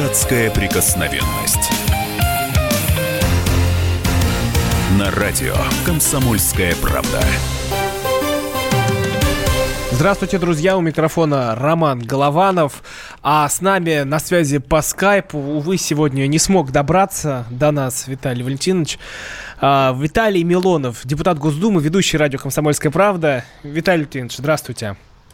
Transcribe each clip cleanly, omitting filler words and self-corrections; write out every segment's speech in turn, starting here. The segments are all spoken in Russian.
Детская прикосновенность. На радио «Комсомольская правда». Здравствуйте, друзья, у микрофона Роман Голованов, а с нами на связи по скайпу, увы, сегодня не смог добраться до нас Виталий Валентинович. Виталий Милонов, депутат Госдумы, ведущий радио «Комсомольская правда». Виталий Валентинович, здравствуйте.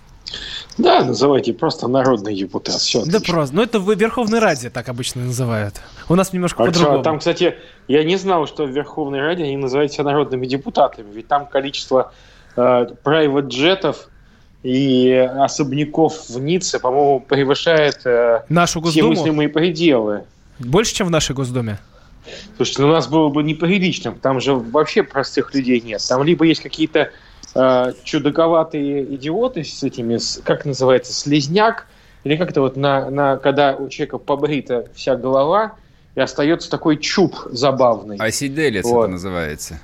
Да, называйте просто народный депутат. Все да просто, ну это в Верховной Раде так обычно называют. У нас немножко по-другому. Там, кстати, я не знал, что в Верховной Раде они называют себя народными депутатами, ведь там количество прайвет-джетов и особняков в Ницце, по-моему, превышает нашу все мыслимые пределы. Больше, чем в нашей Госдуме? Слушайте, у нас было бы неприличным. Там же вообще простых людей нет. Там либо есть какие-то чудаковатые идиоты с этими, как называется, слизняк, или как-то вот когда у человека побрита вся голова, и остается такой чуб забавный. А сиделец вот. Это называется.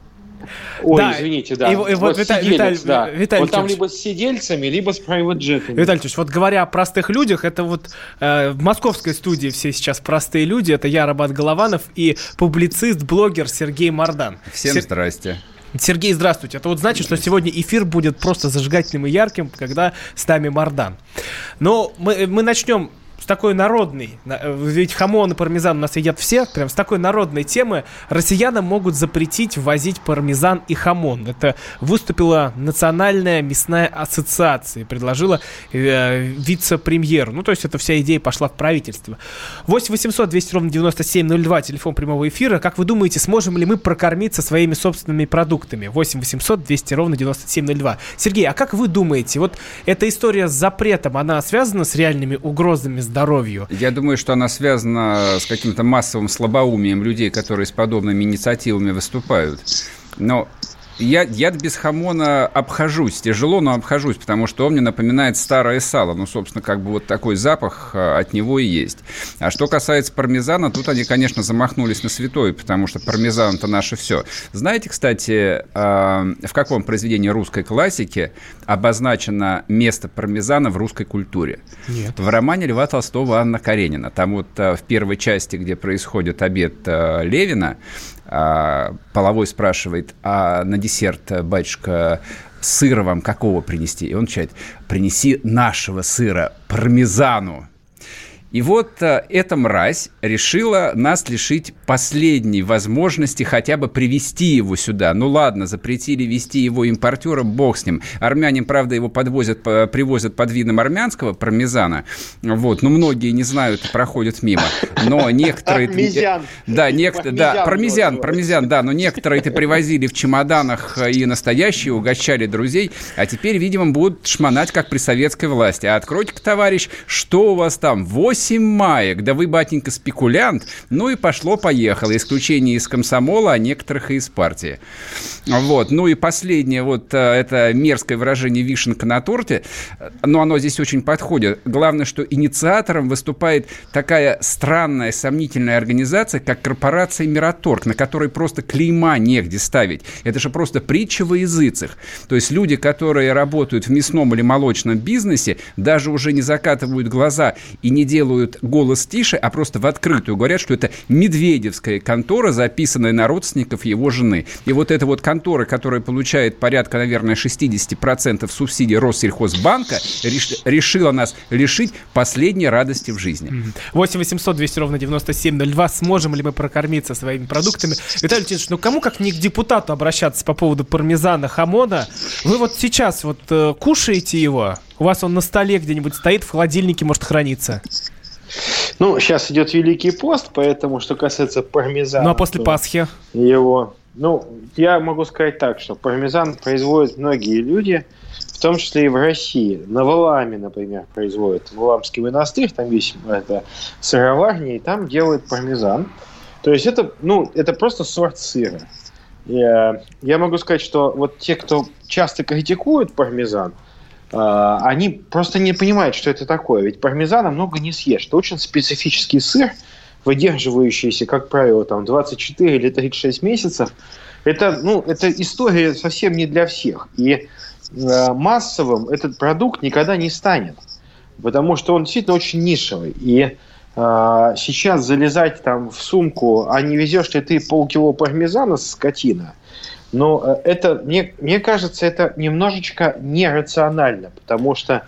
Ой, да, извините, да. Вот сиделец, да. Виталий, вот там либо с сидельцами, либо с прайвет-джетами. Виталий Ильич, вот говоря о простых людях, это вот в московской студии все сейчас простые люди. Это я, Роман Голованов, и публицист, блогер Сергей Мардан. Всем здрасте. Сергей, здравствуйте. Это вот значит, что сегодня эфир будет просто зажигательным и ярким, когда с нами Мардан. Но мы начнем с такой народной, ведь хамон и пармезан у нас едят все, прям с такой народной темы. Россиянам могут запретить ввозить пармезан и хамон. Это выступила Национальная мясная ассоциация, предложила вице-премьеру. Ну, то есть, эта вся идея пошла в правительство. 8 800 200 ровно 9702, телефон прямого эфира. Как вы думаете, сможем ли мы прокормиться своими собственными продуктами? 8 800 200 ровно 9702. Сергей, а как вы думаете, вот эта история с запретом, она связана с реальными угрозами здоровью? Я думаю, что она связана с каким-то массовым слабоумием людей, которые с подобными инициативами выступают. Но я без хамона обхожусь. Тяжело, но обхожусь, потому что он мне напоминает старое сало. Ну, собственно, как бы вот такой запах от него и есть. А что касается пармезана, тут они, конечно, замахнулись на святое, потому что пармезан – это наше все. Знаете, кстати, в каком произведении русской классики обозначено место пармезана в русской культуре? Нет. В романе Льва Толстого «Анна Каренина». Там вот в первой части, где происходит обед Левина, Половой спрашивает: а на десерт, батюшка, сыра вам какого принести? И он отвечает: принеси нашего сыра, пармезану. И вот эта мразь решила нас лишить последней возможности хотя бы привезти его сюда. Ну ладно, запретили везти его импортерам, бог с ним. Армяне, правда, его привозят под видом армянского пармезана. Вот, но многие не знают и проходят мимо. Но некоторые... Пармезан, да, но некоторые-то привозили в чемоданах и настоящие, угощали друзей, а теперь, видимо, будут шмонать, как при советской власти. А откройте-ка, товарищ, что у вас там? 8 маек, да вы, батенька, спекулянт. Ну и пошло-поехало. Исключение из комсомола, а некоторых и из партии. Вот. Ну и последнее, вот это мерзкое выражение «вишенка на торте», но оно здесь очень подходит. Главное, что инициатором выступает такая странная, сомнительная организация, как корпорация «Мираторг», на которой просто клейма негде ставить. Это же просто притча во языцах. То есть люди, которые работают в мясном или молочном бизнесе, даже уже не закатывают глаза и не делают голос тише, а просто в открытую говорят, что это медведевская контора, записанная на родственников его жены. И вот эта вот контора, которая получает порядка, наверное, 60% субсидий Россельхозбанка, решила нас лишить последней радости в жизни. 8 800 200 ровно 9702. Сможем ли мы прокормиться своими продуктами? Виталий Валентинович, ну кому как не к депутату обращаться по поводу пармезана, хамона? Вы вот сейчас вот кушаете его? У вас он на столе где-нибудь стоит, в холодильнике может храниться? Ну, сейчас идет Великий пост, поэтому, что касается пармезана... Ну, а после Пасхи? Я могу сказать так, что пармезан производят многие люди, в том числе и в России. На Валааме, например, производят Валаамский монастырь, там есть сыроварня, и там делают пармезан. То есть это просто сорт сыра. Я могу сказать, что вот те, кто часто критикует пармезан, они просто не понимают, что это такое. Ведь пармезана много не съешь. Это очень специфический сыр, выдерживающийся, как правило, там 24 или 36 месяцев. Это история совсем не для всех. И массовым этот продукт никогда не станет. Потому что он действительно очень нишевый. И сейчас залезать там в сумку, а не везешь ли ты полкило пармезана, скотина, но это, мне кажется, это немножечко нерационально, потому что,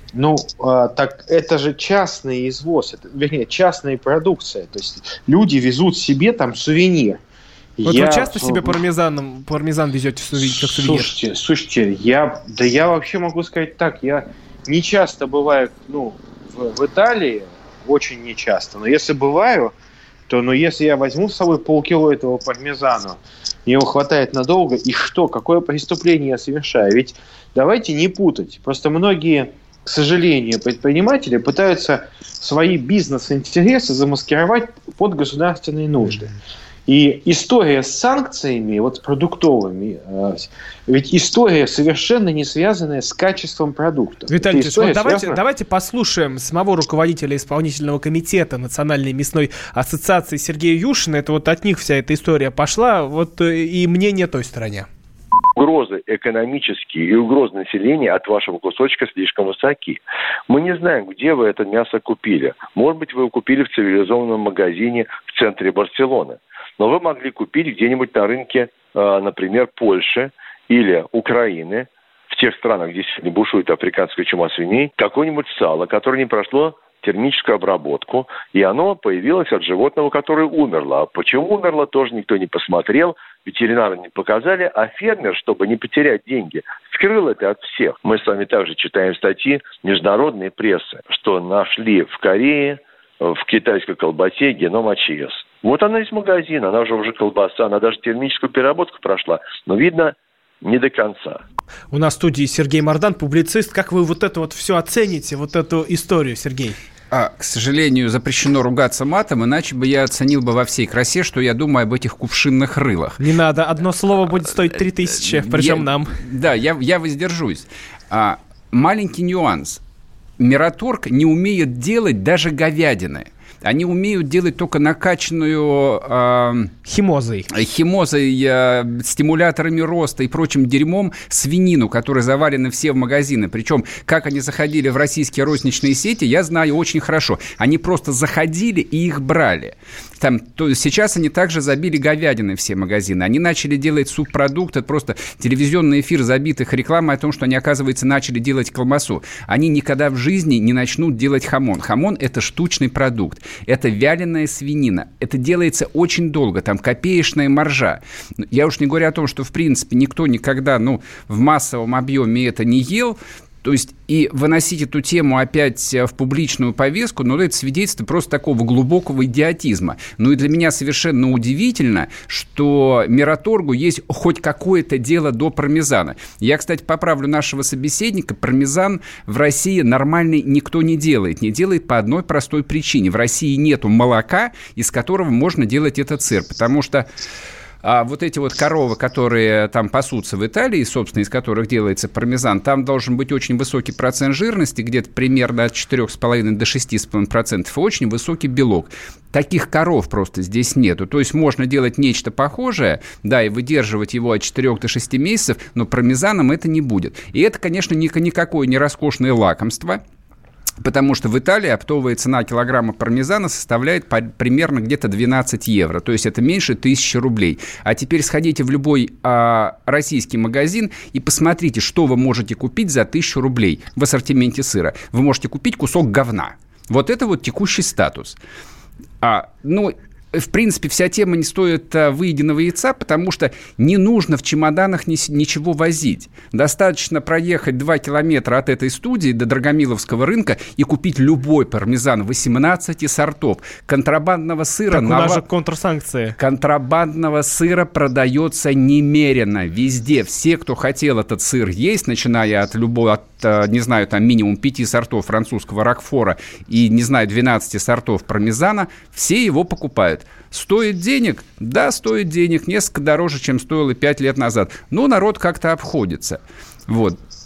так это же частный извоз, частная продукция, то есть люди везут себе там сувенир. Вот вы часто себе пармезан везете как сувенир? Слушайте, я вообще могу сказать так, я не часто бываю, в Италии, очень нечасто, но если бываю, то, если я возьму с собой полкило этого пармезана, мне его хватает надолго, и что, какое преступление я совершаю? Ведь давайте не путать, просто многие, к сожалению, предприниматели пытаются свои бизнес-интересы замаскировать под государственные нужды. И история с санкциями, продуктовыми, ведь история совершенно не связанная с качеством продукта. Виталий Ильич, давайте послушаем самого руководителя исполнительного комитета Национальной мясной ассоциации Сергея Юшина. Это от них вся эта история пошла, и мнение той стороне. Угрозы экономические и угрозы населения от вашего кусочка слишком высоки. Мы не знаем, где вы это мясо купили. Может быть, вы его купили в цивилизованном магазине в центре Барселоны. Но вы могли купить где-нибудь на рынке, например, Польши или Украины, в тех странах, где сегодня бушует африканская чума свиней, какое-нибудь сало, которое не прошло термическую обработку, и оно появилось от животного, которое умерло. А почему умерло, тоже никто не посмотрел, ветеринары не показали, а фермер, чтобы не потерять деньги, скрыл это от всех. Мы с вами также читаем статьи международной прессы, что нашли в Корее, в китайской колбасе геном АЧС. Вот она из магазина, она уже колбаса, она даже термическую переработку прошла, но, видно, не до конца. У нас в студии Сергей Мардан, публицист. Как вы это все оцените, эту историю, Сергей? К сожалению, запрещено ругаться матом, иначе бы я оценил бы во всей красе, что я думаю об этих кувшинных рылах. Не надо, одно слово будет стоить 3000, причем нам. Да, я воздержусь. Маленький нюанс. Мираторг не умеет делать даже говядины. Они умеют делать только накачанную химозой, стимуляторами роста и прочим дерьмом свинину, которая завалена все в магазины. Причем, как они заходили в российские розничные сети, я знаю очень хорошо. Они просто заходили и их брали. Сейчас они также забили говядины все магазины. Они начали делать субпродукт. Это просто телевизионный эфир забит их рекламой о том, что они, оказывается, начали делать колбасу. Они никогда в жизни не начнут делать хамон. Хамон – это штучный продукт. Это вяленая свинина. Это делается очень долго. Там копеечная маржа. Я уж не говорю о том, что, в принципе, никто никогда в массовом объеме это не ел. То есть и выносить эту тему опять в публичную повестку, это свидетельство просто такого глубокого идиотизма. И для меня совершенно удивительно, что Мираторгу есть хоть какое-то дело до пармезана. Я, кстати, поправлю нашего собеседника. Пармезан в России нормальный никто не делает. Не делает по одной простой причине. В России нету молока, из которого можно делать этот сыр. Потому что эти коровы, которые там пасутся в Италии, собственно, из которых делается пармезан, там должен быть очень высокий процент жирности, где-то примерно от 4,5 до 6,5%, и очень высокий белок. Таких коров просто здесь нету. То есть можно делать нечто похожее, и выдерживать его от 4 до 6 месяцев, но пармезаном это не будет. И это, конечно, никакое не роскошное лакомство. Потому что в Италии оптовая цена килограмма пармезана составляет примерно где-то 12 евро. То есть это меньше 1000 рублей. А теперь сходите в любой российский магазин и посмотрите, что вы можете купить за 1000 рублей в ассортименте сыра. Вы можете купить кусок говна. Вот это текущий статус. В принципе, вся тема не стоит выеденного яйца, потому что не нужно в чемоданах ничего возить. Достаточно проехать 2 километра от этой студии до Драгомиловского рынка и купить любой пармезан 18 сортов. Контрабандного сыра... Так у нас же контрсанкции. Контрабандного сыра продается немерено везде. Все, кто хотел этот сыр есть, начиная от минимум 5 сортов французского рокфора и, 12 сортов пармезана, все его покупают. Стоит денег? Да, стоит денег. Несколько дороже, чем стоило 5 лет назад. Но народ как-то обходится.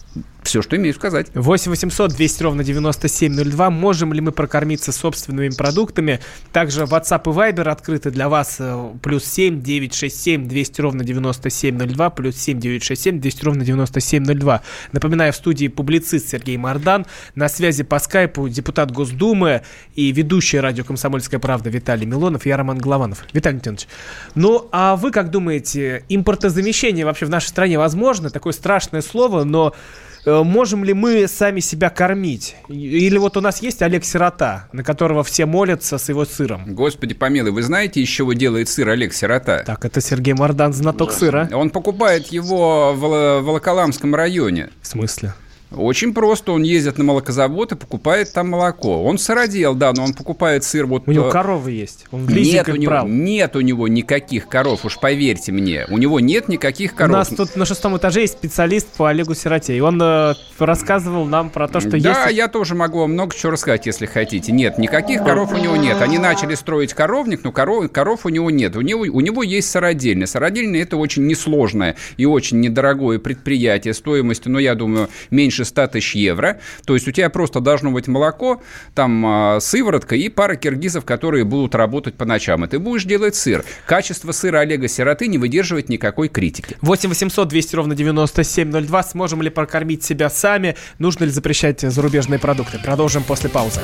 Все, что имею сказать. 8 800 200 ровно 9702. Можем ли мы прокормиться собственными продуктами? Также WhatsApp и Viber открыты для вас. +7 967 200 ровно 9702. +7 967 200 ровно 9702. Напоминаю, в студии публицист Сергей Мардан. На связи по скайпу депутат Госдумы и ведущий радио «Комсомольская правда» Виталий Милонов. Я Роман Голованов. Виталий Леонидович, ну а вы как думаете, импортозамещение вообще в нашей стране возможно? Такое страшное слово, но можем ли мы сами себя кормить? Или вот у нас есть Олег Сирота, на которого все молятся с его сыром? Господи помилуй, вы знаете, из чего делает сыр Олег Сирота? Так, это Сергей Мардан, знаток сыра. Он покупает его в Волоколамском районе. В смысле? Очень просто. Он ездит на молокозавод и покупает там молоко. Он сыродел, да, но он покупает сыр вот... У него коровы есть. Он в лизинг брал. Нет у него никаких коров, уж поверьте мне. У него нет никаких коров. У нас тут на 6-м этаже есть специалист по Олегу Сироте. И он рассказывал нам про то, что есть... Да, я тоже могу вам много чего рассказать, если хотите. Нет, никаких коров у него нет. Они начали строить коровник, но коров у него нет. У него есть сыродельня. Сыродельня – это очень несложное и очень недорогое предприятие стоимостью, я думаю, меньше 100 тысяч евро. То есть у тебя просто должно быть молоко, там сыворотка и пара киргизов, которые будут работать по ночам. И ты будешь делать сыр. Качество сыра Олега Сироты не выдерживает никакой критики. 8 800 200 ровно 9702. Сможем ли прокормить себя сами? Нужно ли запрещать зарубежные продукты? Продолжим после паузы.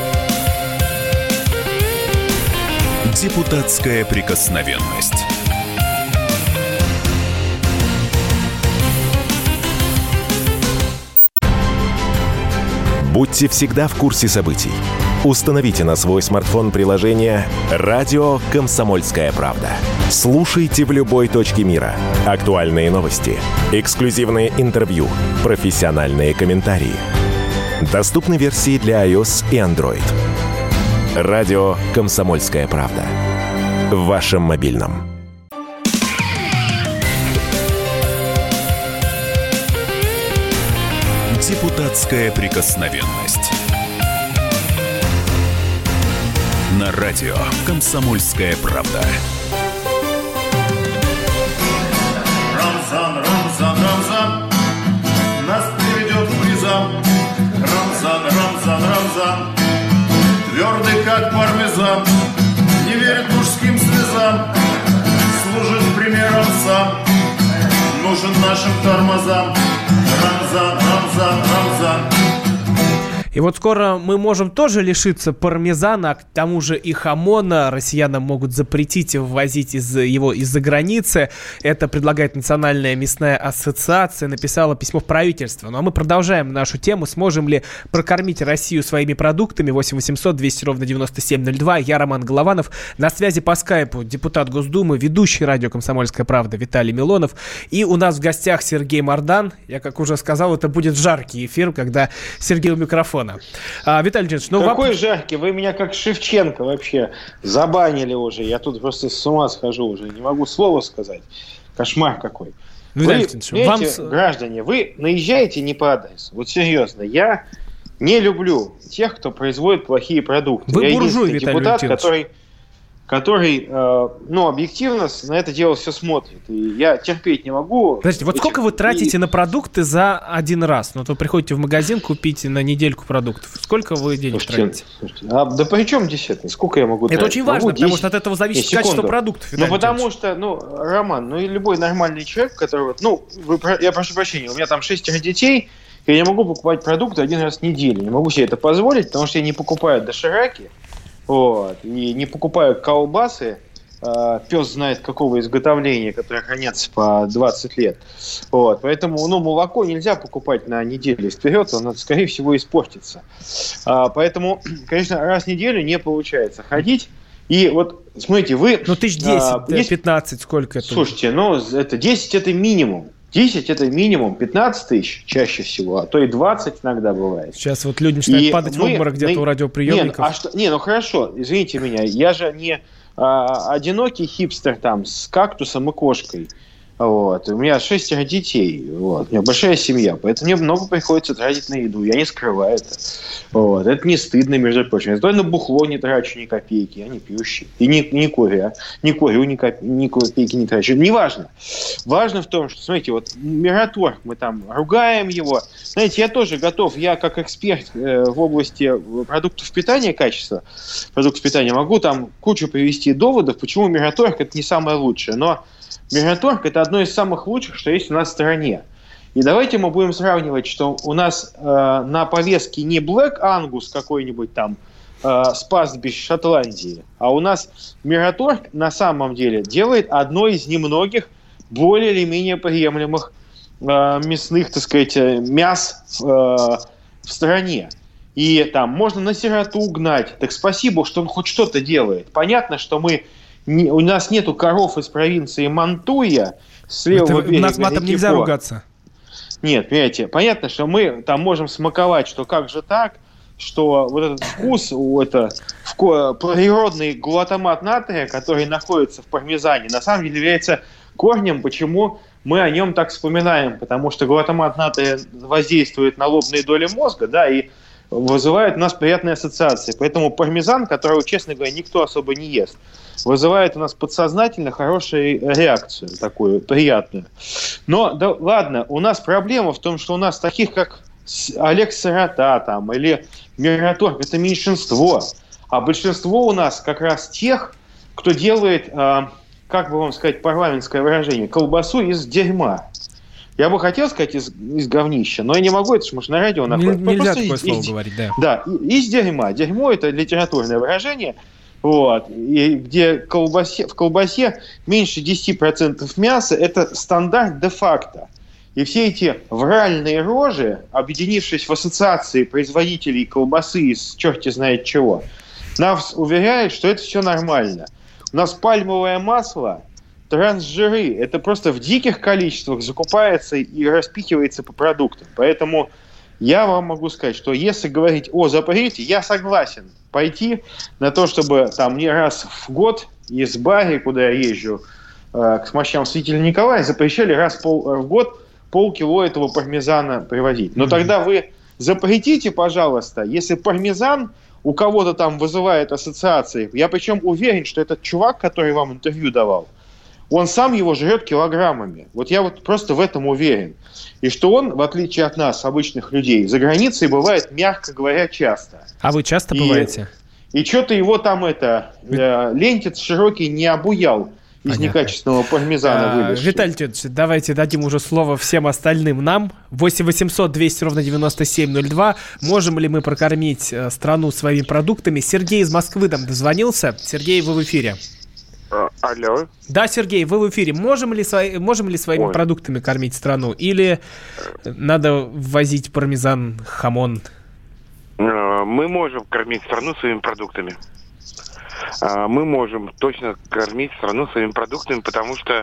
Депутатская прикосновенность. Будьте всегда в курсе событий. Установите на свой смартфон приложение «Радио Комсомольская правда». Слушайте в любой точке мира. Актуальные новости, эксклюзивные интервью, профессиональные комментарии. Доступны версии для iOS и Android. «Радио Комсомольская правда». В вашем мобильном. Депутатская прикосновенность. На радио «Комсомольская правда». Рамзан, Рамзан, Рамзан нас приведет к призам. Рамзан, Рамзан, Рамзан твердый, как пармезан, не верит мужским слезам, служит примером сам, нужен нашим тормозам. Рамзан, Рамзан, Рамзан. И вот скоро мы можем тоже лишиться пармезана, а к тому же и хамона. Россиянам могут запретить ввозить его из-за границы. Это предлагает Национальная мясная ассоциация, написала письмо в правительство. Ну а мы продолжаем нашу тему. Сможем ли прокормить Россию своими продуктами? 8 800 200 ровно 9702. Я Роман Голованов. На связи по скайпу депутат Госдумы, ведущий радио «Комсомольская правда» Виталий Милонов. И у нас в гостях Сергей Мардан. Я, как уже сказал, это будет жаркий эфир, когда Сергей у микрофона. Виталий Леонидович, какой жаркий? Вы меня как Шевченко вообще забанили уже. Я тут просто с ума схожу уже. Не могу слова сказать. Кошмар какой. Граждане, вы наезжаете не по адресу. Вот серьезно, я не люблю тех, кто производит плохие продукты. Вы я буржуй, Виталий депутат, который, объективно на это дело все смотрит. И я терпеть не могу. Подождите, вот сколько вы тратите на продукты за один раз? Ну, вот вы приходите в магазин, купите на недельку продуктов. Сколько вы денег тратите? Да при чем здесь это? Сколько я могу тратить? Это очень важно, потому что от этого зависит качество продуктов. Потому что, Роман, и любой нормальный человек, который... я прошу прощения, у меня там 6 детей, и я не могу покупать продукты один раз в неделю. Не могу себе это позволить, потому что я не покупаю дошираки. И не покупаю колбасы, пес знает какого изготовления, которые хранятся по 20 лет. Поэтому молоко нельзя покупать на неделю вперед, оно, скорее всего, испортится. Поэтому, конечно, раз в неделю не получается ходить. И вот, смотрите, вы... 10-15 сколько это? Слушайте, это 10 это минимум. 10 это минимум, 15 тысяч чаще всего, а то и 20 иногда бывает. Сейчас вот люди начинают падать в обморок где-то у радиоприемников. Хорошо, извините меня, я же не одинокий хипстер там с кактусом и кошкой. Вот. У меня 6 детей. Вот. У меня большая семья, поэтому мне много приходится тратить на еду. Я не скрываю это. Вот. Это не стыдно, между прочим. Я на бухло не трачу ни копейки, я не пьющий. И не курю, ни копейки не трачу. Неважно. Важно в том, что, смотрите, вот Мираторг, мы там ругаем его. Знаете, я тоже готов, я как эксперт в области продуктов питания, качества продуктов питания, могу там кучу привести доводов, почему Мираторг это не самое лучшее. Но Мираторг – это одно из самых лучших, что есть у нас в стране. И давайте мы будем сравнивать, что у нас на повестке не Black Angus какой-нибудь там с пастбищ Шотландии, а у нас Мираторг на самом деле делает одно из немногих более или менее приемлемых мясных, так сказать, мяс в стране. И там можно на сироту гнать. Так спасибо, что он хоть что-то делает. Понятно, что у нас нету коров из провинции Мантуя с левого берега. У нас матом нельзя ругаться. Нет, понимаете, понятно, что мы там можем смаковать, что как же так, что вот этот вкус, природный глутамат натрия, который находится в пармезане, на самом деле является корнем, почему мы о нем так вспоминаем, потому что глутамат натрия воздействует на лобные доли мозга, да, и вызывает у нас приятные ассоциации. Поэтому пармезан, которого, честно говоря, никто особо не ест, вызывает у нас подсознательно хорошую реакцию, такую приятную. Но да, ладно, у нас проблема в том, что у нас таких, как Олег Сирота там, или Мираторг, это меньшинство. А большинство у нас как раз тех, кто делает, как бы вам сказать, парламентское выражение, колбасу из дерьма. Я бы хотел сказать из говнища, но я не могу, это же может на радио находится. Нельзя такое слово говорить, да. Да, из дерьма. Дерьмо – это литературное выражение, вот, и где в колбасе меньше 10% мяса – это стандарт де-факто. И все эти вральные рожи, объединившись в ассоциации производителей колбасы из черти знает чего, нас уверяют, что это все нормально. У нас пальмовое масло, трансжиры, это просто в диких количествах закупается и распихивается по продуктам. Поэтому я вам могу сказать, что если говорить о запрете, я согласен пойти на то, чтобы там не раз в год из Бари, куда я езжу, к мощам Святителя Николая, запрещали раз в год полкило этого пармезана привозить. Но тогда вы запретите, пожалуйста, если пармезан у кого-то там вызывает ассоциации. Я причем уверен, что этот чувак, который вам интервью давал, он сам его жрет килограммами. Вот я вот просто в этом уверен. И что он, в отличие от нас, обычных людей, за границей бывает, мягко говоря, часто. А вы часто бываете? И что-то его там лентец широкий не обуял. Из некачественного пармезана вылез. Виталий Тетович, давайте дадим уже слово всем остальным нам. 8 800 200 ровно 9702. Можем ли мы прокормить страну своими продуктами? Сергей из Москвы там дозвонился. Сергей, вы в эфире. Алло. Да, Сергей, вы в эфире. Можем ли своими продуктами кормить страну? Или надо ввозить пармезан, хамон? Мы можем кормить страну своими продуктами. Мы можем точно кормить страну своими продуктами, потому что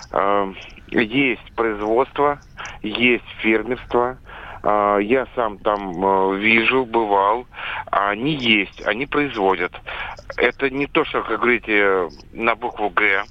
есть производство, есть фермерство. Я сам там вижу, бывал. Они есть, они производят. Это не то, что, как говорите, на букву «Г».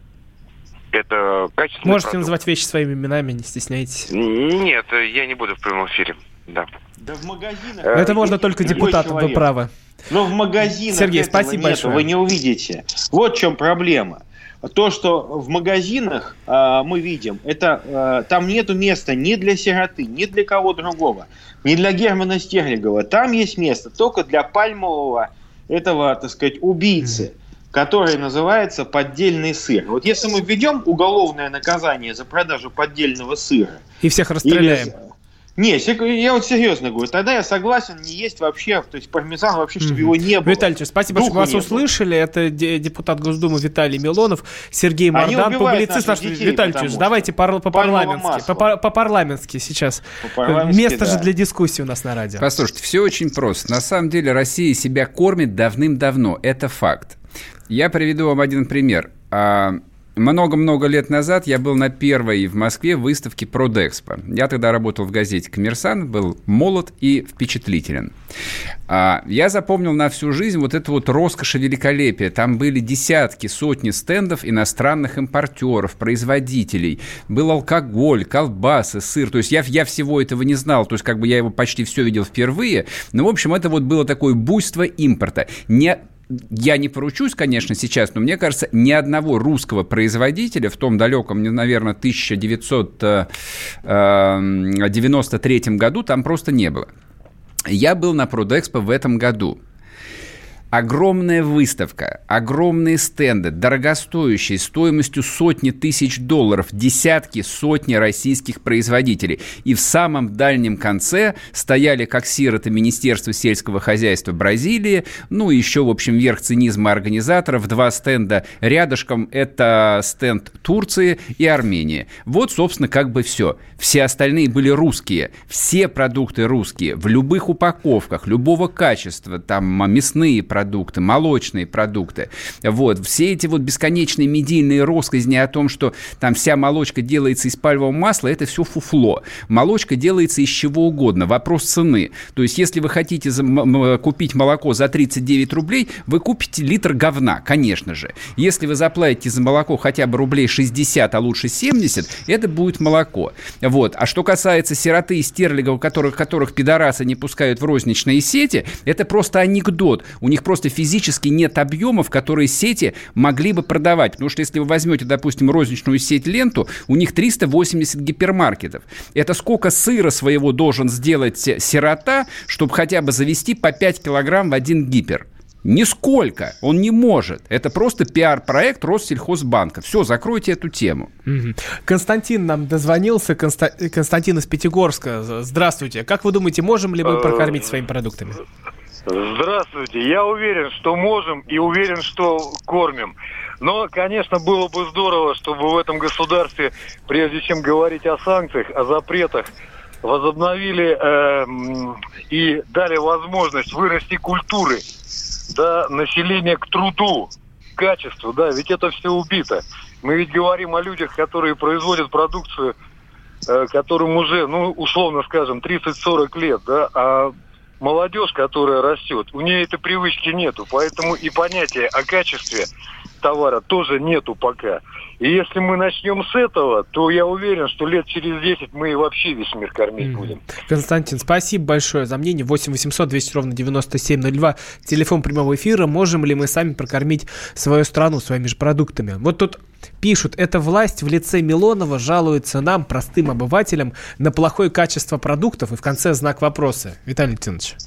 Это качественный Можете продукт. называть вещи своими именами, не стесняйтесь. Нет, я не буду в прямом эфире. Да. Да в магазинах... Это можно только депутатам, вы правы. Но в магазинах Сергей, этого спасибо нет, большое. Вы не увидите. Вот в чем проблема. То, что в магазинах мы видим, это там нету места ни для сироты, ни для кого другого, ни для Германа Стерлигова. Там есть место только для пальмового этого, так сказать, убийцы, который называется поддельный сыр. Вот если мы введем уголовное наказание за продажу поддельного сыра... И всех расстреляем. Не, я вот серьезно говорю, тогда я согласен не есть вообще, то есть пармезан вообще, чтобы его не было. Виталий, спасибо, что вас услышали. Это депутат Госдумы Виталий Милонов, Сергей Мардан, публицист наш. Виталий, давайте по-парламентски. По-парламентски сейчас. Место же для дискуссии у нас на радио. Послушайте, все очень просто. На самом деле Россия себя кормит давным-давно. Это факт. Я приведу вам один пример. Много-много лет назад я был на первой в Москве выставке Продэкспо. Я тогда работал в газете «Коммерсант», был молод и впечатлителен. Я запомнил на всю жизнь вот это вот роскошь и великолепие. Там были десятки, сотни стендов иностранных импортеров, производителей. Был алкоголь, колбасы, сыр. То есть я всего этого не знал. То есть как бы я его почти все видел впервые. Но, в общем, это вот было такое буйство импорта. Я не поручусь, конечно, сейчас, но мне кажется, ни одного русского производителя в том далеком, наверное, 1993 году там просто не было. Я был на Продэкспо в этом году. Огромная выставка, огромные стенды, дорогостоящие, стоимостью сотни тысяч долларов, десятки, сотни российских производителей. И в самом дальнем конце стояли, как сироты, Министерство сельского хозяйства Бразилии, ну, еще, в общем, верх цинизма организаторов, 2 стенда рядышком, это стенд Турции и Армении. Вот, собственно, как бы все. Все остальные были русские, все продукты русские, в любых упаковках, любого качества, там, мясные продукты, молочные продукты. Вот. Все эти вот бесконечные медийные россказни о том, что там вся молочка делается из пальмового масла, это все фуфло. Молочка делается из чего угодно. Вопрос цены. То есть, если вы хотите купить молоко за 39 рублей, вы купите литр говна, конечно же. Если вы заплатите за молоко хотя бы рублей 60, а лучше 70, это будет молоко. Вот. А что касается сироты и стерлигов, которых пидорасы не пускают в розничные сети, это просто анекдот. У них просто физически нет объемов, которые сети могли бы продавать. Потому что если вы возьмете, допустим, розничную сеть «Ленту», у них 380 гипермаркетов. Это сколько сыра своего должен сделать сирота, чтобы хотя бы завести по 5 килограмм в один гипер? Нисколько. Он не может. Это просто пиар-проект Россельхозбанка. Все, закройте эту тему. Константин нам дозвонился. Константин из Пятигорска. Здравствуйте. Как вы думаете, можем ли мы прокормить своими продуктами? Здравствуйте. Я уверен, что можем, и уверен, что кормим. Но, конечно, было бы здорово, чтобы в этом государстве, прежде чем говорить о санкциях, о запретах, возобновили и дали возможность вырасти культуры, да, населения к труду, к качеству, да, ведь это все убито. Мы ведь говорим о людях, которые производят продукцию, которым уже, ну, условно скажем, 30-40 лет, да, а молодежь, которая растет, у нее этой привычки нету, поэтому и понятия о качестве товара тоже нету пока. И если мы начнем с этого, то я уверен, что лет через 10 мы вообще весь мир кормить будем. Константин, спасибо большое за мнение. 8 800 200 ровно 9702. Телефон прямого эфира. Можем ли мы сами прокормить свою страну своими же продуктами? Вот тут пишут, эта власть в лице Милонова жалуется нам, простым обывателям, на плохое качество продуктов. И в конце знак вопроса. Виталий Леонидович.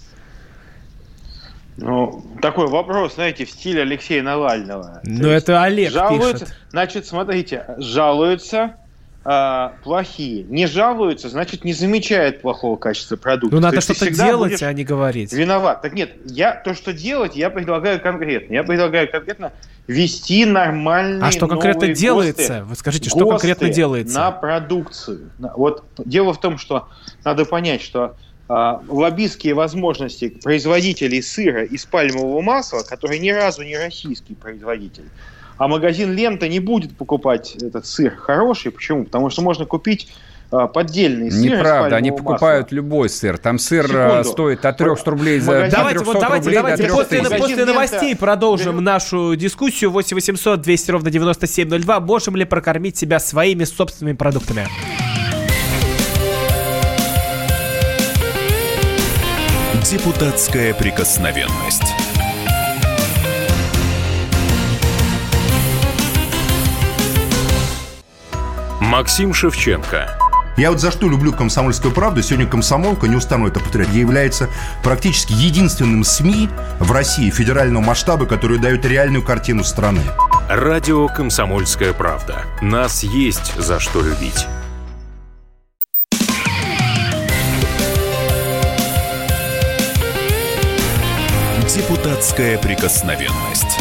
Ну, такой вопрос, знаете, в стиле Алексея Навального. Ну, это Олег жалуются, пишет. Значит, смотрите, жалуются плохие. Не жалуются, значит, не замечают плохого качества продукта. Ну, надо что-то делать, а не говорить. Виноват. Так нет, то, что делать, я предлагаю конкретно. Я предлагаю конкретно ввести нормальные А что конкретно новые делается? Вы скажите, что конкретно делается? На продукцию. Вот дело в том, что надо понять, что лоббистские возможности производителей сыра из пальмового масла, который ни разу не российский производитель, а магазин «Лента» не будет покупать этот сыр хороший. Почему? Потому что можно купить поддельный сыр. Неправда, они покупают любой сыр. Там сыр стоит от 300 рублей за Давайте после новостей продолжим нашу дискуссию. 8 800 200 ровно 9702. Можем ли прокормить себя своими собственными продуктами? Депутатская прикосновенность. Максим Шевченко. Я вот за что люблю «Комсомольскую правду». Сегодня «Комсомолка», не устану это повторять, является практически единственным СМИ в России федерального масштаба, который дает реальную картину страны. Радио «Комсомольская правда». Нас есть за что любить. Депутатская прикосновенность.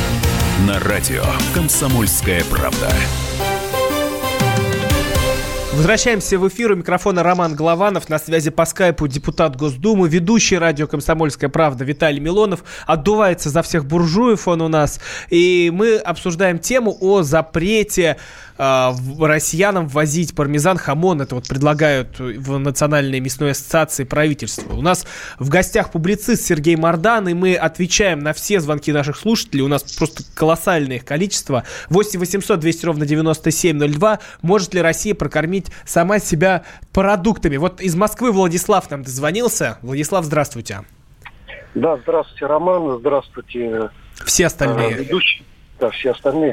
На радио «Комсомольская правда». Возвращаемся в эфир. У микрофона Роман Голованов. На связи по скайпу депутат Госдумы, ведущий радио «Комсомольская правда» Виталий Милонов. Отдувается за всех буржуев он у нас. И мы обсуждаем тему о запрете россиянам ввозить пармезан, хамон. Это вот предлагают в Национальной мясной ассоциации правительства. У нас в гостях публицист Сергей Мардан, и мы отвечаем на все звонки наших слушателей. У нас просто колоссальное их количество. 8 800 200 ровно 9702. Может ли Россия прокормить сама себя продуктами? Вот из Москвы Владислав нам дозвонился. Владислав, здравствуйте. Да, здравствуйте, Роман, здравствуйте. Все остальные. Ведущие. Да, все остальные.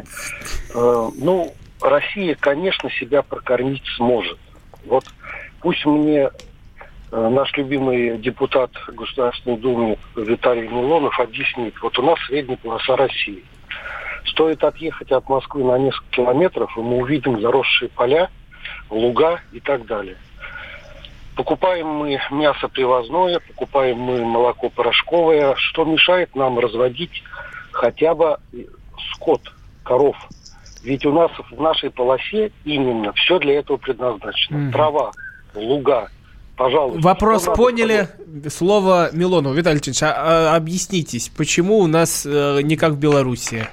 Россия, конечно, себя прокормить сможет. Вот пусть мне наш любимый депутат Государственной Думы Виталий Милонов объяснит. Вот у нас средняя полоса России. Стоит отъехать от Москвы на несколько километров, и мы увидим заросшие поля, луга и так далее. Покупаем мы мясо привозное, покупаем мы молоко порошковое. Что мешает нам разводить хотя бы скот, коров? Ведь у нас в нашей полосе именно все для этого предназначено. Трава, луга. Пожалуйста. Вопрос поняли. Слово Милонову. Виталий Ильич, объяснитесь, почему у нас не как в Беларуси?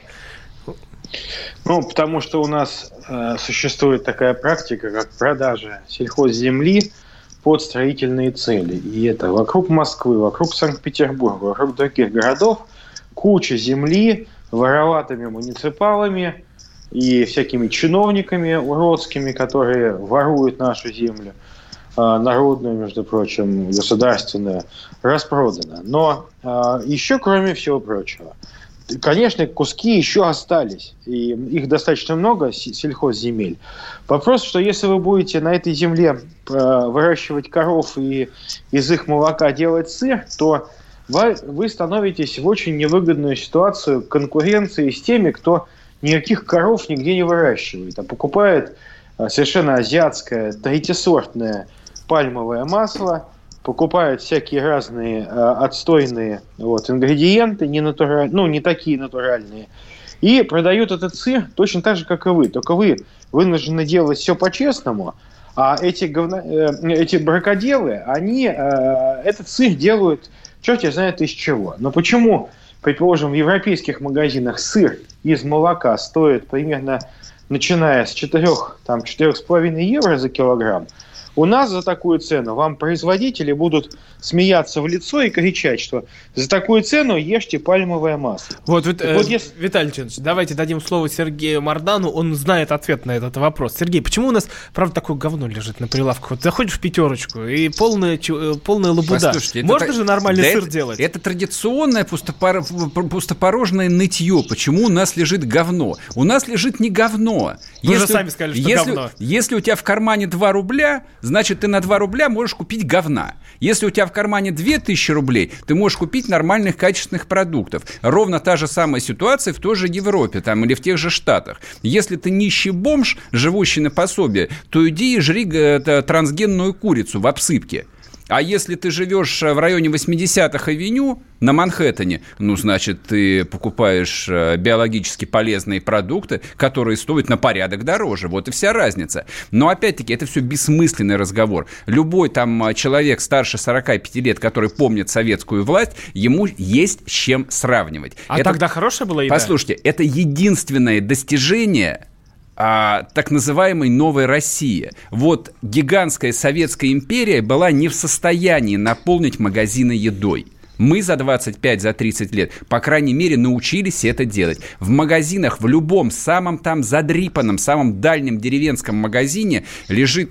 Потому что у нас существует такая практика, как продажа сельхозземли под строительные цели. И это вокруг Москвы, вокруг Санкт-Петербурга, вокруг других городов куча земли вороватыми муниципалами и всякими чиновниками уродскими, которые воруют нашу землю, народную, между прочим, государственную, распродана. Но еще, кроме всего прочего, конечно, куски еще остались, и их достаточно много, сельхозземель. Вопрос, что если вы будете на этой земле выращивать коров и из их молока делать сыр, то вы становитесь в очень невыгодную ситуацию конкуренции с теми, кто никаких коров нигде не выращивает, а покупает совершенно азиатское, третьесортное пальмовое масло, покупают всякие разные отстойные ингредиенты, не такие натуральные, и продают этот сыр точно так же, как и вы. Только вы вынуждены делать все по-честному, а эти бракоделы, они этот сыр делают черт знает из чего. Но почему, предположим, в европейских магазинах сыр из молока стоит примерно, начиная с 4,5 евро за килограмм, у нас за такую цену вам производители будут смеяться в лицо и кричать, что за такую цену ешьте пальмовое масло. Виталий Леонидович, давайте дадим слово Сергею Мардану, он знает ответ на этот вопрос. Сергей, почему у нас, правда, такое говно лежит на прилавках? Вот заходишь в пятерочку и полная лабуда. Послушайте, можно же нормальный сыр делать? Это традиционное пустопорожное нытье. Почему у нас лежит говно? У нас лежит не говно. Вы же сами сказали, что говно. Если у тебя в кармане 2 рубля, значит, ты на 2 рубля можешь купить говна. Если у тебя в кармане 2000 рублей, ты можешь купить нормальных, качественных продуктов. Ровно та же самая ситуация в той же Европе или в тех же Штатах. Если ты нищий бомж, живущий на пособие, то иди и жри трансгенную курицу в обсыпке. А если ты живешь в районе 80-х авеню на Манхэттене, значит, ты покупаешь биологически полезные продукты, которые стоят на порядок дороже. Вот и вся разница. Но, опять-таки, это все бессмысленный разговор. Любой человек старше 45 лет, который помнит советскую власть, ему есть с чем сравнивать. Тогда хорошая была еда? Послушайте, это единственное достижение так называемой новой России. Гигантская Советская империя была не в состоянии наполнить магазины едой. Мы за 25-30 лет, по крайней мере, научились это делать. В магазинах, в любом самом задрипанном, самом дальнем деревенском магазине лежит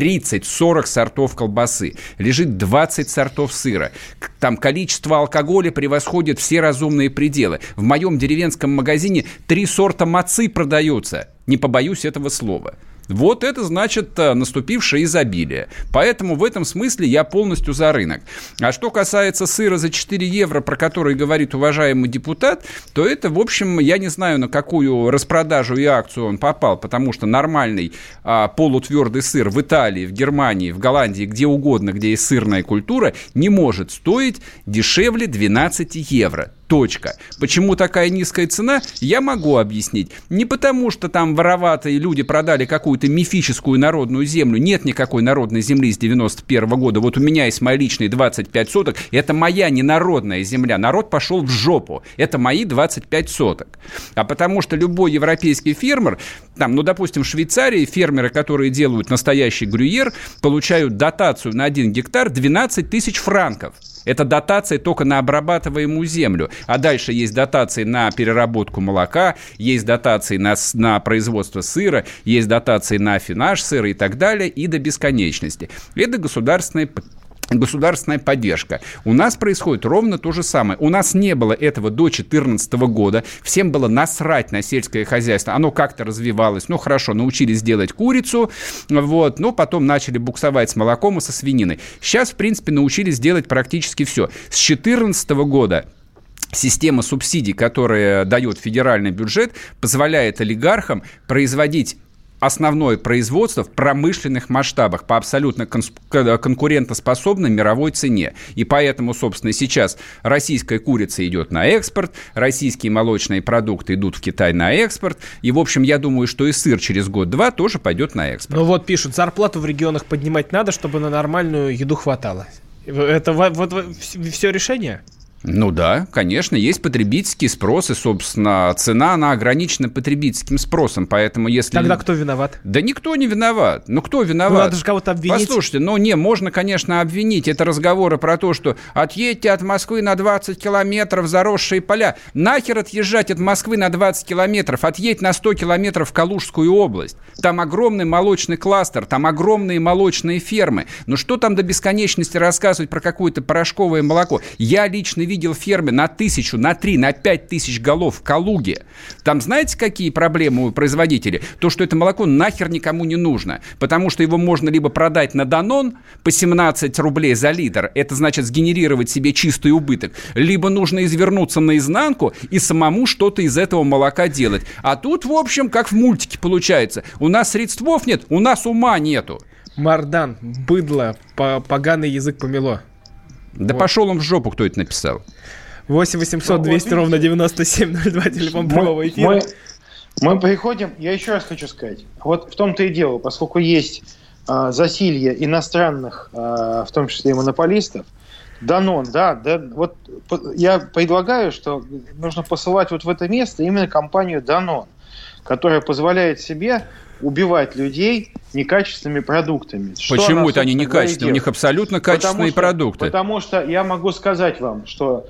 30-40 сортов колбасы, лежит 20 сортов сыра. Количество алкоголя превосходит все разумные пределы. В моем деревенском магазине 3 сорта мацы продается. Не побоюсь этого слова. Вот это значит наступившее изобилие. Поэтому в этом смысле я полностью за рынок. А что касается сыра за 4 евро, про который говорит уважаемый депутат, то это, в общем, я не знаю, на какую распродажу и акцию он попал, потому что нормальный полутвердый сыр в Италии, в Германии, в Голландии, где угодно, где есть сырная культура, не может стоить дешевле 12 евро. Точка. Почему такая низкая цена, я могу объяснить. Не потому, что там вороватые люди продали какую-то мифическую народную землю. Нет никакой народной земли с 91 года. Вот у меня есть мои личные 25 соток. Это моя ненародная земля. Народ пошел в жопу. Это мои 25 соток. А потому что любой европейский фермер, там, ну, допустим, в Швейцарии фермеры, которые делают настоящий грюйер, получают дотацию на 1 гектар 12 тысяч франков. Это дотация только на обрабатываемую землю. А дальше есть дотации на переработку молока, есть дотации на производство сыра, есть дотации на аффинаж сыра и так далее, и до бесконечности. Это государственная поддержка. У нас происходит ровно то же самое. У нас не было этого до 2014 года. Всем было насрать на сельское хозяйство. Оно как-то развивалось. Ну, хорошо, научились делать курицу, вот, но потом начали буксовать с молоком и со свининой. Сейчас, в принципе, научились делать практически все. С 2014 года система субсидий, которая дает федеральный бюджет, позволяет олигархам производить основное производство в промышленных масштабах по абсолютно конкурентоспособной мировой цене. И поэтому, собственно, сейчас российская курица идет на экспорт, российские молочные продукты идут в Китай на экспорт. И, в общем, я думаю, что и сыр через год-два тоже пойдет на экспорт. Ну вот пишут, зарплату в регионах поднимать надо, чтобы на нормальную еду хватало. Это вот все решение? Ну да, конечно, есть потребительский спрос, и, собственно, цена, она ограничена потребительским спросом, поэтому если... Тогда кто виноват? Да никто не виноват. Ну, кто виноват? Ну, надо же кого-то обвинить. Послушайте, можно, конечно, обвинить. Это разговоры про то, что отъедьте от Москвы на 20 километров заросшие поля. Нахер отъезжать от Москвы на 20 километров? Отъедь на 100 километров в Калужскую область. Там огромный молочный кластер, там огромные молочные фермы. Ну, что там до бесконечности рассказывать про какое-то порошковое молоко? Я лично видел фермы на 1000, на 3, на 5 тысяч голов в Калуге. Там знаете, какие проблемы у производителей? То, что это молоко нахер никому не нужно, потому что его можно либо продать на Данон по 17 рублей за литр, это значит сгенерировать себе чистый убыток, либо нужно извернуться наизнанку и самому что-то из этого молока делать. А тут, в общем, как в мультике получается. У нас средствов нет, у нас ума нету. Мардан, быдло, поганый язык помело. Да вот. Пошел он в жопу, кто это написал. 8 800 200 ровно 9702, телефон прямого эфира. Мы приходим, я еще раз хочу сказать, вот в том-то и дело, поскольку есть засилье иностранных, в том числе и монополистов, Данон, да, вот я предлагаю, что нужно посылать вот в это место именно компанию Данон, которая позволяет себе убивать людей некачественными продуктами. Почему это они некачественные? У них абсолютно качественные продукты. Потому что я могу сказать вам, что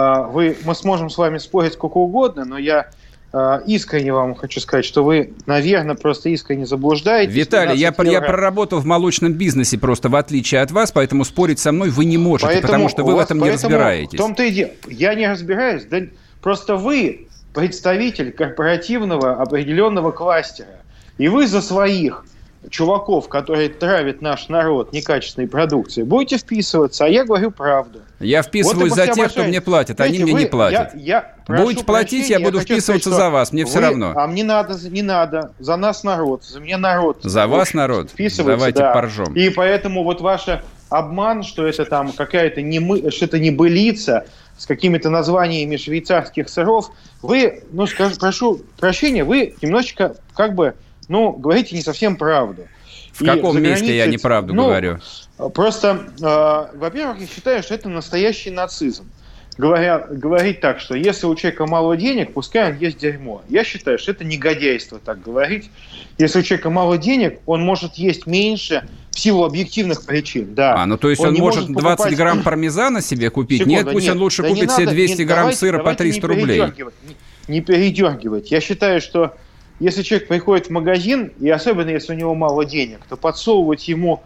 мы сможем с вами спорить сколько угодно, но я искренне вам хочу сказать, что вы, наверное, просто искренне заблуждаетесь. Виталий, я проработал в молочном бизнесе просто в отличие от вас, поэтому спорить со мной вы не можете, потому что вы в этом не разбираетесь. В том-то и дело. Я не разбираюсь, да, просто вы представитель корпоративного определенного кластера. И вы за своих чуваков, которые травят наш народ некачественной продукцией, будете вписываться, а я говорю правду. Я вписываюсь за тех, кто мне платит, они мне не платят. Будете платить, я буду вписываться за вас, мне все равно. А мне не надо, за нас народ, за меня народ. За вас народ? Давайте поржем. И поэтому вот ваш обман, что это там какая-то что-то небылица с какими-то названиями швейцарских сыров, вы, прошу прощения, вы немножечко говорите не совсем правду. В каком месте я неправду говорю? Просто, во-первых, я считаю, что это настоящий нацизм. Говорить так, что если у человека мало денег, пускай он ест дерьмо. Я считаю, что это негодяйство так говорить. Если у человека мало денег, он может есть меньше в силу объективных причин. Да. То есть он может 20 грамм пармезана себе купить? Нет, пусть он лучше купит себе 200 грамм сыра по 300 рублей. Не передергивать. Я считаю, что если человек приходит в магазин, и особенно если у него мало денег, то подсовывать ему,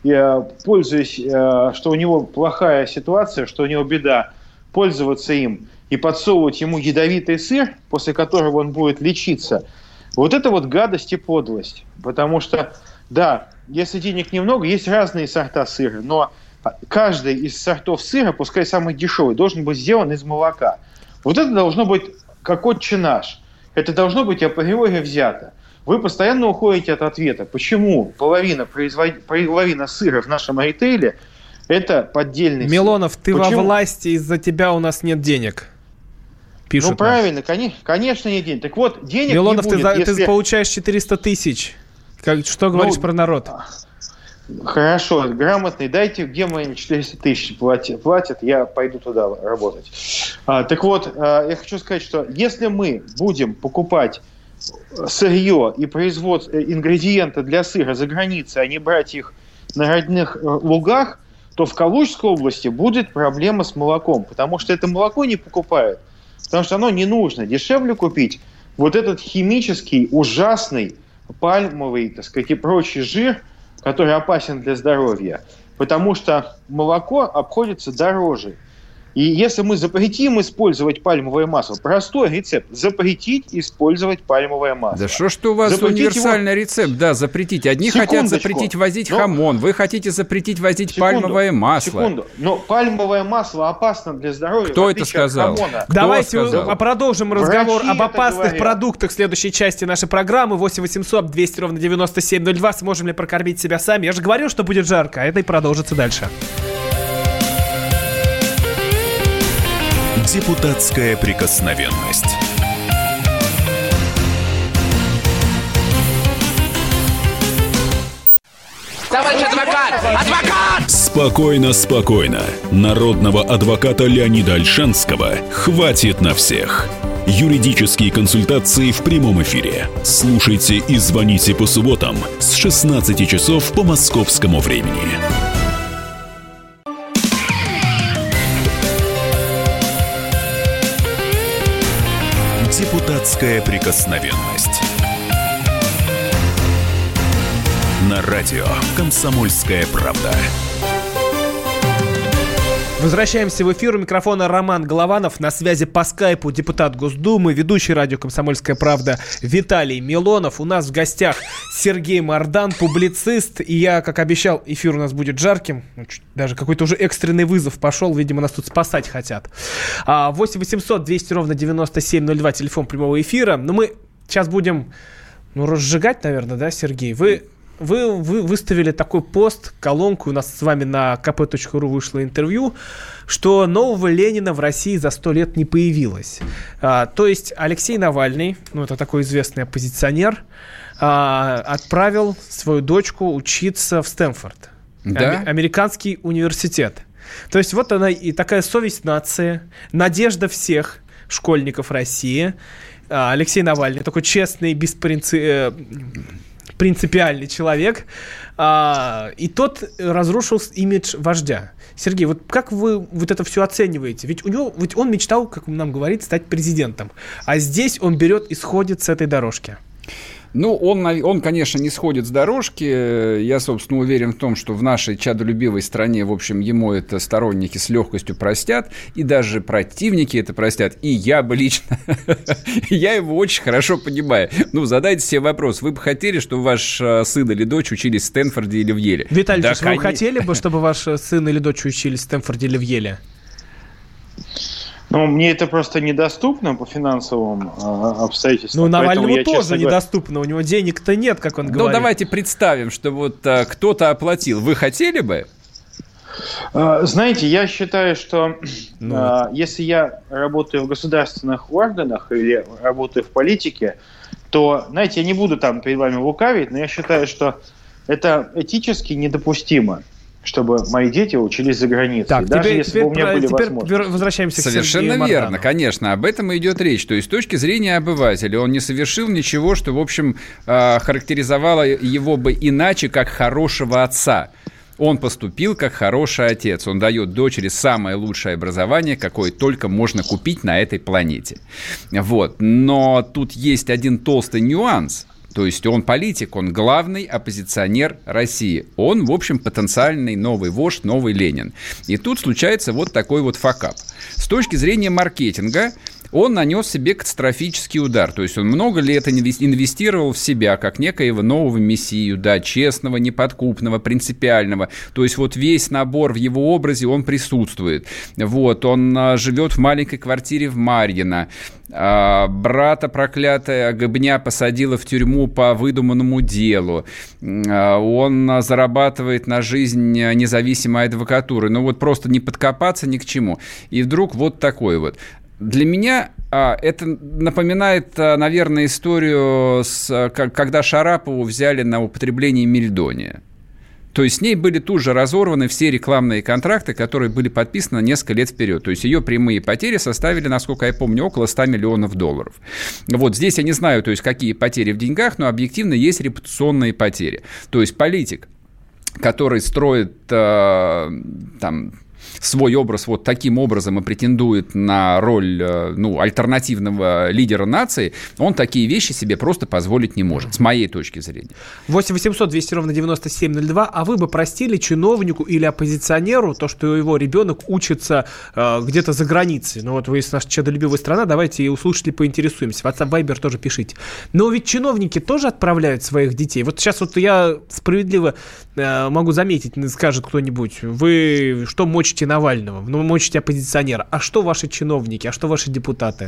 пользуясь, что у него плохая ситуация, что у него беда, пользоваться им и подсовывать ему ядовитый сыр, после которого он будет лечиться, вот это вот гадость и подлость. Потому что, да, если денег немного, есть разные сорта сыра, но каждый из сортов сыра, пускай самый дешевый, должен быть сделан из молока. Вот это должно быть как отче наш. Это должно быть априори взято. Вы постоянно уходите от ответа, почему половина сыра в нашем ритейле – это поддельный сыр. Милонов, ты во власти, из-за тебя у нас нет денег. Пишут ну, правильно, конечно, не денег. Так вот, денег Милонов, не будет, ты получаешь 400 тысяч. Что говоришь про народ? Хорошо, грамотный, дайте, где мои 400 тысяч платят, я пойду туда работать. Так вот, я хочу сказать, что если мы будем покупать сырье и ингредиенты для сыра за границей, а не брать их на родных лугах, то в Калужской области будет проблема с молоком, потому что это молоко не покупают, потому что оно не нужно. Дешевле купить вот этот химический, ужасный, пальмовый, так сказать, и прочий жир, который опасен для здоровья, потому что молоко обходится дороже. И если мы запретим использовать пальмовое масло, простой рецепт, запретить использовать пальмовое масло. Да что у вас универсальный рецепт, да, запретить. Одни хотят запретить возить хамон, вы хотите запретить возить пальмовое масло. Секунду, но пальмовое масло опасно для здоровья. Кто это сказал? Давайте продолжим разговор об опасных продуктах в следующей части нашей программы. 8 800 200 ровно 9702. Сможем ли прокормить себя сами? Я же говорил, что будет жарко, а это и продолжится дальше. Депутатская прикосновенность. Товарищ адвокат! Адвокат! Спокойно, спокойно. Народного адвоката Леонида Ольшанского хватит на всех. Юридические консультации в прямом эфире. Слушайте и звоните по субботам с 16 часов по московскому времени. Депутатская прикосновенность. На радио «Комсомольская правда». Возвращаемся в эфир. У микрофона Роман Голованов. На связи по скайпу депутат Госдумы, ведущий радио «Комсомольская правда» Виталий Милонов. У нас в гостях Сергей Мардан, публицист. И я, как обещал, эфир у нас будет жарким. Даже какой-то уже экстренный вызов пошел. Видимо, нас тут спасать хотят. 8 800 200 ровно 9702, телефон прямого эфира. Но мы сейчас будем разжигать, наверное, да, Сергей? Вы выставили такой пост, колонку, у нас с вами на kp.ru вышло интервью, что нового Ленина в России за 100 лет не появилось. То есть Алексей Навальный, это такой известный оппозиционер, отправил свою дочку учиться в Стэнфорд, да? Американский университет. То есть вот она и такая совесть нации, надежда всех школьников России. Алексей Навальный, такой честный, принципиальный человек, и тот разрушил имидж вождя. Сергей, вот как вы вот это все оцениваете? Ведь он мечтал, как нам говорит, стать президентом, а здесь он берет и сходит с этой дорожки. Он, конечно, не сходит с дорожки. Я, собственно, уверен в том, что в нашей чадолюбивой стране, в общем, ему это сторонники с легкостью простят, и даже противники это простят. И я бы лично, я его очень хорошо понимаю. Задайте себе вопрос. Вы бы хотели, чтобы ваш сын или дочь учились в Стэнфорде или в Еле? Виталий, вы хотели бы, чтобы ваш сын или дочь учились в Стэнфорде или в Еле? Мне это просто недоступно по финансовым обстоятельствам. Навальному тоже недоступно, у него денег-то нет, как он говорит. Давайте представим, что кто-то оплатил. Вы хотели бы? Знаете, я считаю, что если я работаю в государственных органах или работаю в политике, то, знаете, я не буду там перед вами лукавить, но я считаю, что это этически недопустимо, чтобы мои дети учились за границей. Так, даже если бы у меня были возможности. Возвращаемся к Сергею Совершенно Мардану. верно, конечно, об этом и идет речь. То есть с точки зрения обывателя он не совершил ничего, что, в общем, характеризовало его бы иначе, как хорошего отца. Он поступил как хороший отец. Он дает дочери самое лучшее образование, какое только можно купить на этой планете. Но тут есть один толстый нюанс. То есть он политик, он главный оппозиционер России. Он, в общем, потенциальный новый вождь, новый Ленин. И тут случается вот такой вот факап. С точки зрения маркетинга он нанес себе катастрофический удар. То есть он много лет инвестировал в себя как некоего нового мессию, да, честного, неподкупного, принципиального. То есть вот весь набор в его образе, он присутствует. Он живет в маленькой квартире в Марьино. Брата проклятая Гобня посадила в тюрьму по выдуманному делу. Он зарабатывает на жизнь независимой адвокатуры. Просто не подкопаться ни к чему. И вдруг вот такой вот. Для меня Это напоминает, наверное, историю, когда Шарапову взяли на употребление мельдония. То есть с ней были тут же разорваны все рекламные контракты, которые были подписаны на несколько лет вперед. То есть ее прямые потери составили, насколько я помню, около $100 миллионов. Вот здесь я не знаю, то есть какие потери в деньгах, но объективно есть репутационные потери. То есть политик, который строит свой образ вот таким образом и претендует на роль альтернативного лидера нации, он такие вещи себе просто позволить не может, с моей точки зрения. 8 800 200 ровно 9702. А вы бы простили чиновнику или оппозиционеру то, что его ребенок учится где-то за границей? Ну вот вы из нашей чадолюбивой страны, давайте и у слушателей поинтересуемся. WhatsApp, Viber тоже пишите. Но ведь чиновники тоже отправляют своих детей. Вот сейчас вот я справедливо могу заметить, скажет кто-нибудь, вы что мочите Навального, мочите оппозиционера. А что ваши чиновники, а что ваши депутаты?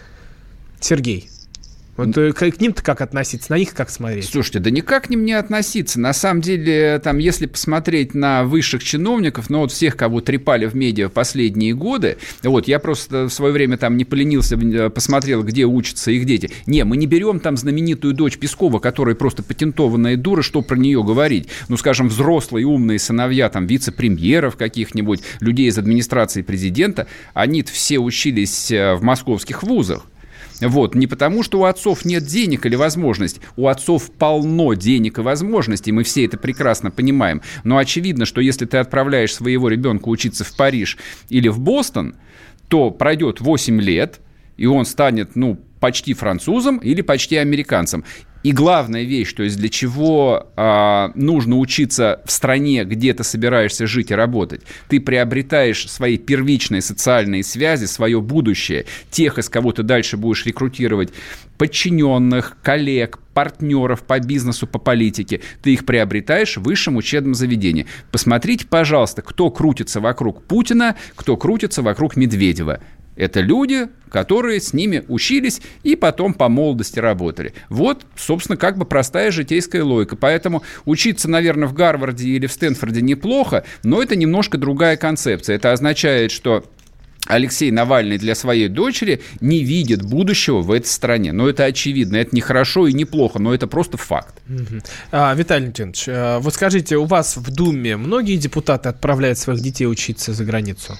Сергей, вот к ним-то как относиться, на них как смотреть? Слушайте, да никак к ним не относиться. На самом деле, там, если посмотреть на высших чиновников, вот всех, кого трепали в медиа в последние годы, вот, я просто в свое время там не поленился, посмотрел, где учатся их дети. Не, мы не берем там знаменитую дочь Пескова, которая просто патентованная дура, что про нее говорить. Скажем, взрослые умные сыновья там вице-премьеров каких-нибудь, людей из администрации президента, они-то все учились в московских вузах. Вот. Не потому, что у отцов нет денег или возможностей. У отцов полно денег и возможностей, мы все это прекрасно понимаем. Но очевидно, что если ты отправляешь своего ребенка учиться в Париж или в Бостон, то пройдет 8 лет, и он станет, почти французом или почти американцем. И главная вещь, то есть для чего нужно учиться в стране, где ты собираешься жить и работать. Ты приобретаешь свои первичные социальные связи, свое будущее, тех, из кого ты дальше будешь рекрутировать подчиненных, коллег, партнеров по бизнесу, по политике. Ты их приобретаешь в высшем учебном заведении. Посмотрите, пожалуйста, кто крутится вокруг Путина, кто крутится вокруг Медведева. Это люди, которые с ними учились и потом по молодости работали. Вот, собственно, как бы простая житейская логика. Поэтому учиться, наверное, в Гарварде или в Стэнфорде неплохо, но это немножко другая концепция. Это означает, что Алексей Навальный для своей дочери не видит будущего в этой стране. Но это очевидно. Это не хорошо и не плохо, но это просто факт. Виталий Леонидович, вот скажите, у вас в Думе многие депутаты отправляют своих детей учиться за границу?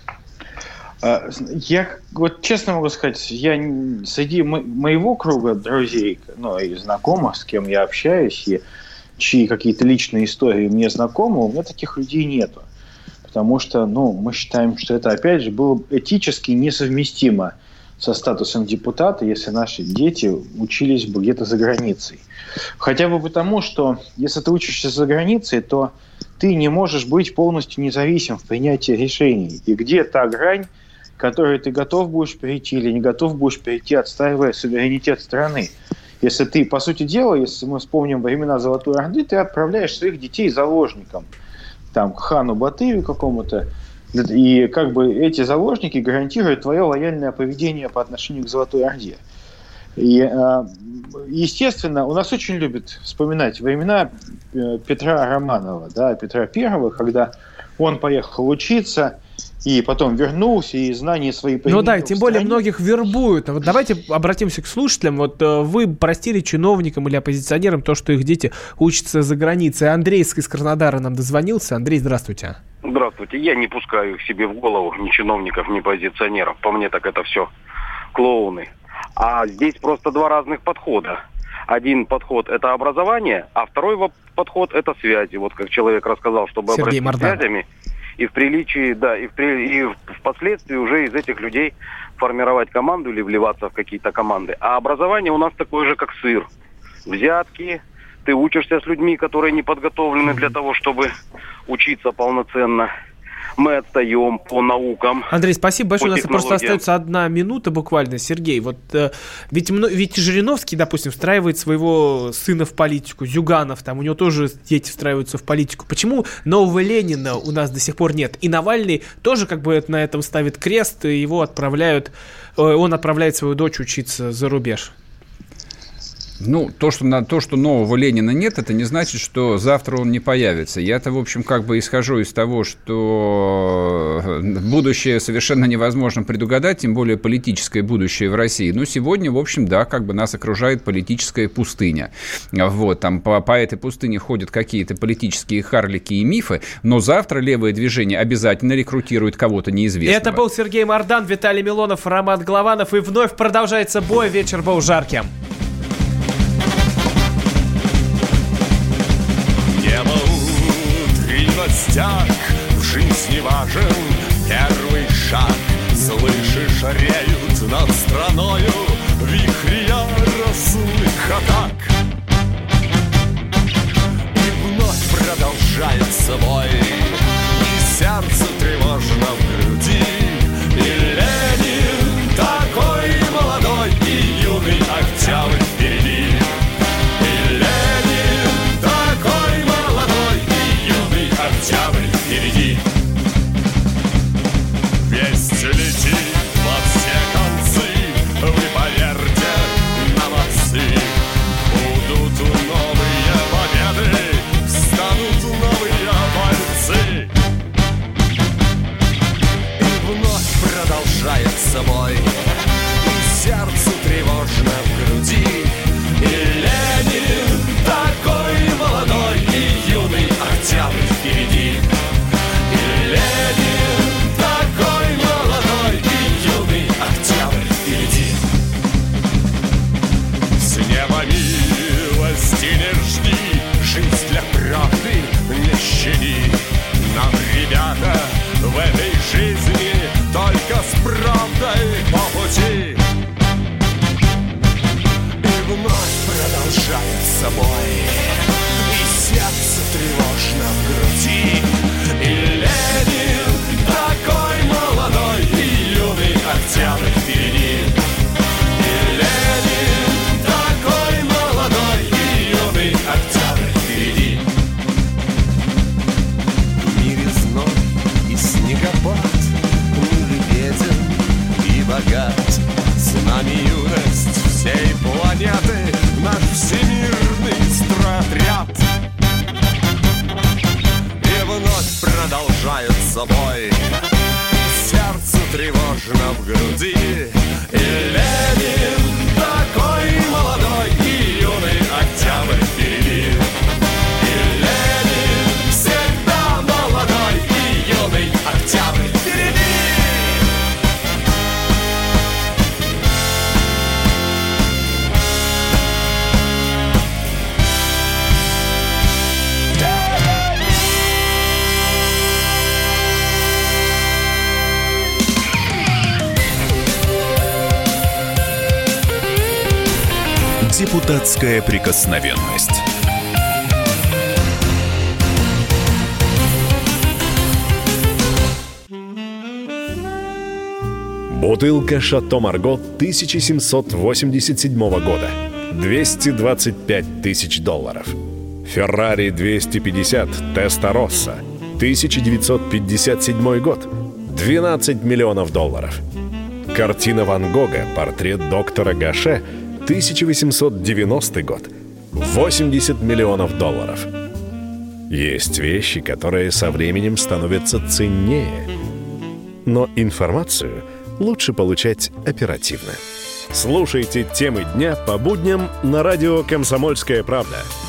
Я вот честно могу сказать, среди моего круга друзей, и знакомых, с кем я общаюсь, и чьи какие-то личные истории мне знакомы, у меня таких людей нету. Потому что, мы считаем, что это, опять же, было этически несовместимо со статусом депутата, если наши дети учились бы где-то за границей. Хотя бы потому, что если ты учишься за границей, то ты не можешь быть полностью независим в принятии решений. И где та грань, которой ты готов будешь перейти или не готов будешь перейти, отстаивая суверенитет страны. Если ты, по сути дела, если мы вспомним времена Золотой Орды, ты отправляешь своих детей заложникам, к хану Батыю какому-то, и как бы эти заложники гарантируют твое лояльное поведение по отношению к Золотой Орде. И, естественно, у нас очень любят вспоминать времена Петра Романова, Петра Первого, когда он поехал учиться, и потом вернулся, и знания свои применил. И тем более многих вербуют. Вот давайте обратимся к слушателям. Вот вы простили чиновникам или оппозиционерам то, что их дети учатся за границей. Андрей из Краснодара нам дозвонился. Андрей, здравствуйте. Здравствуйте. Я не пускаю их себе в голову ни чиновников, ни оппозиционеров. По мне так это все клоуны. А здесь просто два разных подхода. Один подход – это образование, а второй подход – это связи. Вот как человек рассказал, чтобы обратиться связями. И в приличии, и впоследствии уже из этих людей формировать команду или вливаться в какие-то команды. А образование у нас такое же, как сыр. Взятки, ты учишься с людьми, которые не подготовлены для того, чтобы учиться полноценно. Мы отстаем по наукам. Андрей, спасибо большое. У нас просто остается 1 минута буквально. Сергей, ведь Жириновский, допустим, встраивает своего сына в политику. Зюганов, у него тоже дети встраиваются в политику. Почему нового Ленина у нас до сих пор нет? И Навальный тоже на этом ставит крест, и он отправляет свою дочь учиться за рубеж. Ну, то, что нового Ленина нет, это не значит, что завтра он не появится. Я-то, в общем, как бы исхожу из того, что будущее совершенно невозможно предугадать, тем более политическое будущее в России. Но сегодня, в общем, да, как бы нас окружает политическая пустыня. Вот, там по этой пустыне ходят какие-то политические харлики и мифы, но завтра левое движение обязательно рекрутирует кого-то неизвестного. Это был Сергей Мардан, Виталий Милонов, Роман Голованов, и вновь продолжается бой, вечер был жарким. Небо утренностях в жизни важен первый шаг. Слышишь, реют над страною вихри яростных атак. И вновь продолжается бой, и сердце тревожно в груди. И Ленин такой молодой, и юный октябрь впереди. И Ленин такой молодой, и юный октябрь впереди. Весть летит во все концы, вы поверьте на молодцы. Будут новые победы, встанут новые бойцы. И вновь продолжается бой, и сердцу тревожно в груди. И Ленин такой молодой, и юный октябрь впереди. И Ленин такой молодой, и юный октябрь впереди. С неба милости не жди, жизнь для правды не щади. Нам, ребята, в этой жизни только с правдой по пути. И вновь продолжается бой, и сердце тревожно в груди. И Ленин такой молодой, и юный октябрь впереди. И Ленин такой молодой, и юный октябрь впереди. В мире зной и снегопад, мир беден и богат. С нами юность всей планеты, наш всемирный стройотряд. И вновь продолжается бой, и сердце тревожно в груди. И Ленин такой молодой, и юный октябрь впереди. И Ленин всегда молодой, и юный октябрь впереди. Депутатская прикосновенность. Бутылка «Шато Марго» 1787 года. 225 тысяч долларов. «Феррари 250 Теста-Росса» 1957 год. 12 миллионов долларов. Картина Ван Гога «Портрет доктора Гаше» 1890 год. 80 миллионов долларов. Есть вещи, которые со временем становятся ценнее. Но информацию лучше получать оперативно. Слушайте темы дня по будням на радио «Комсомольская правда».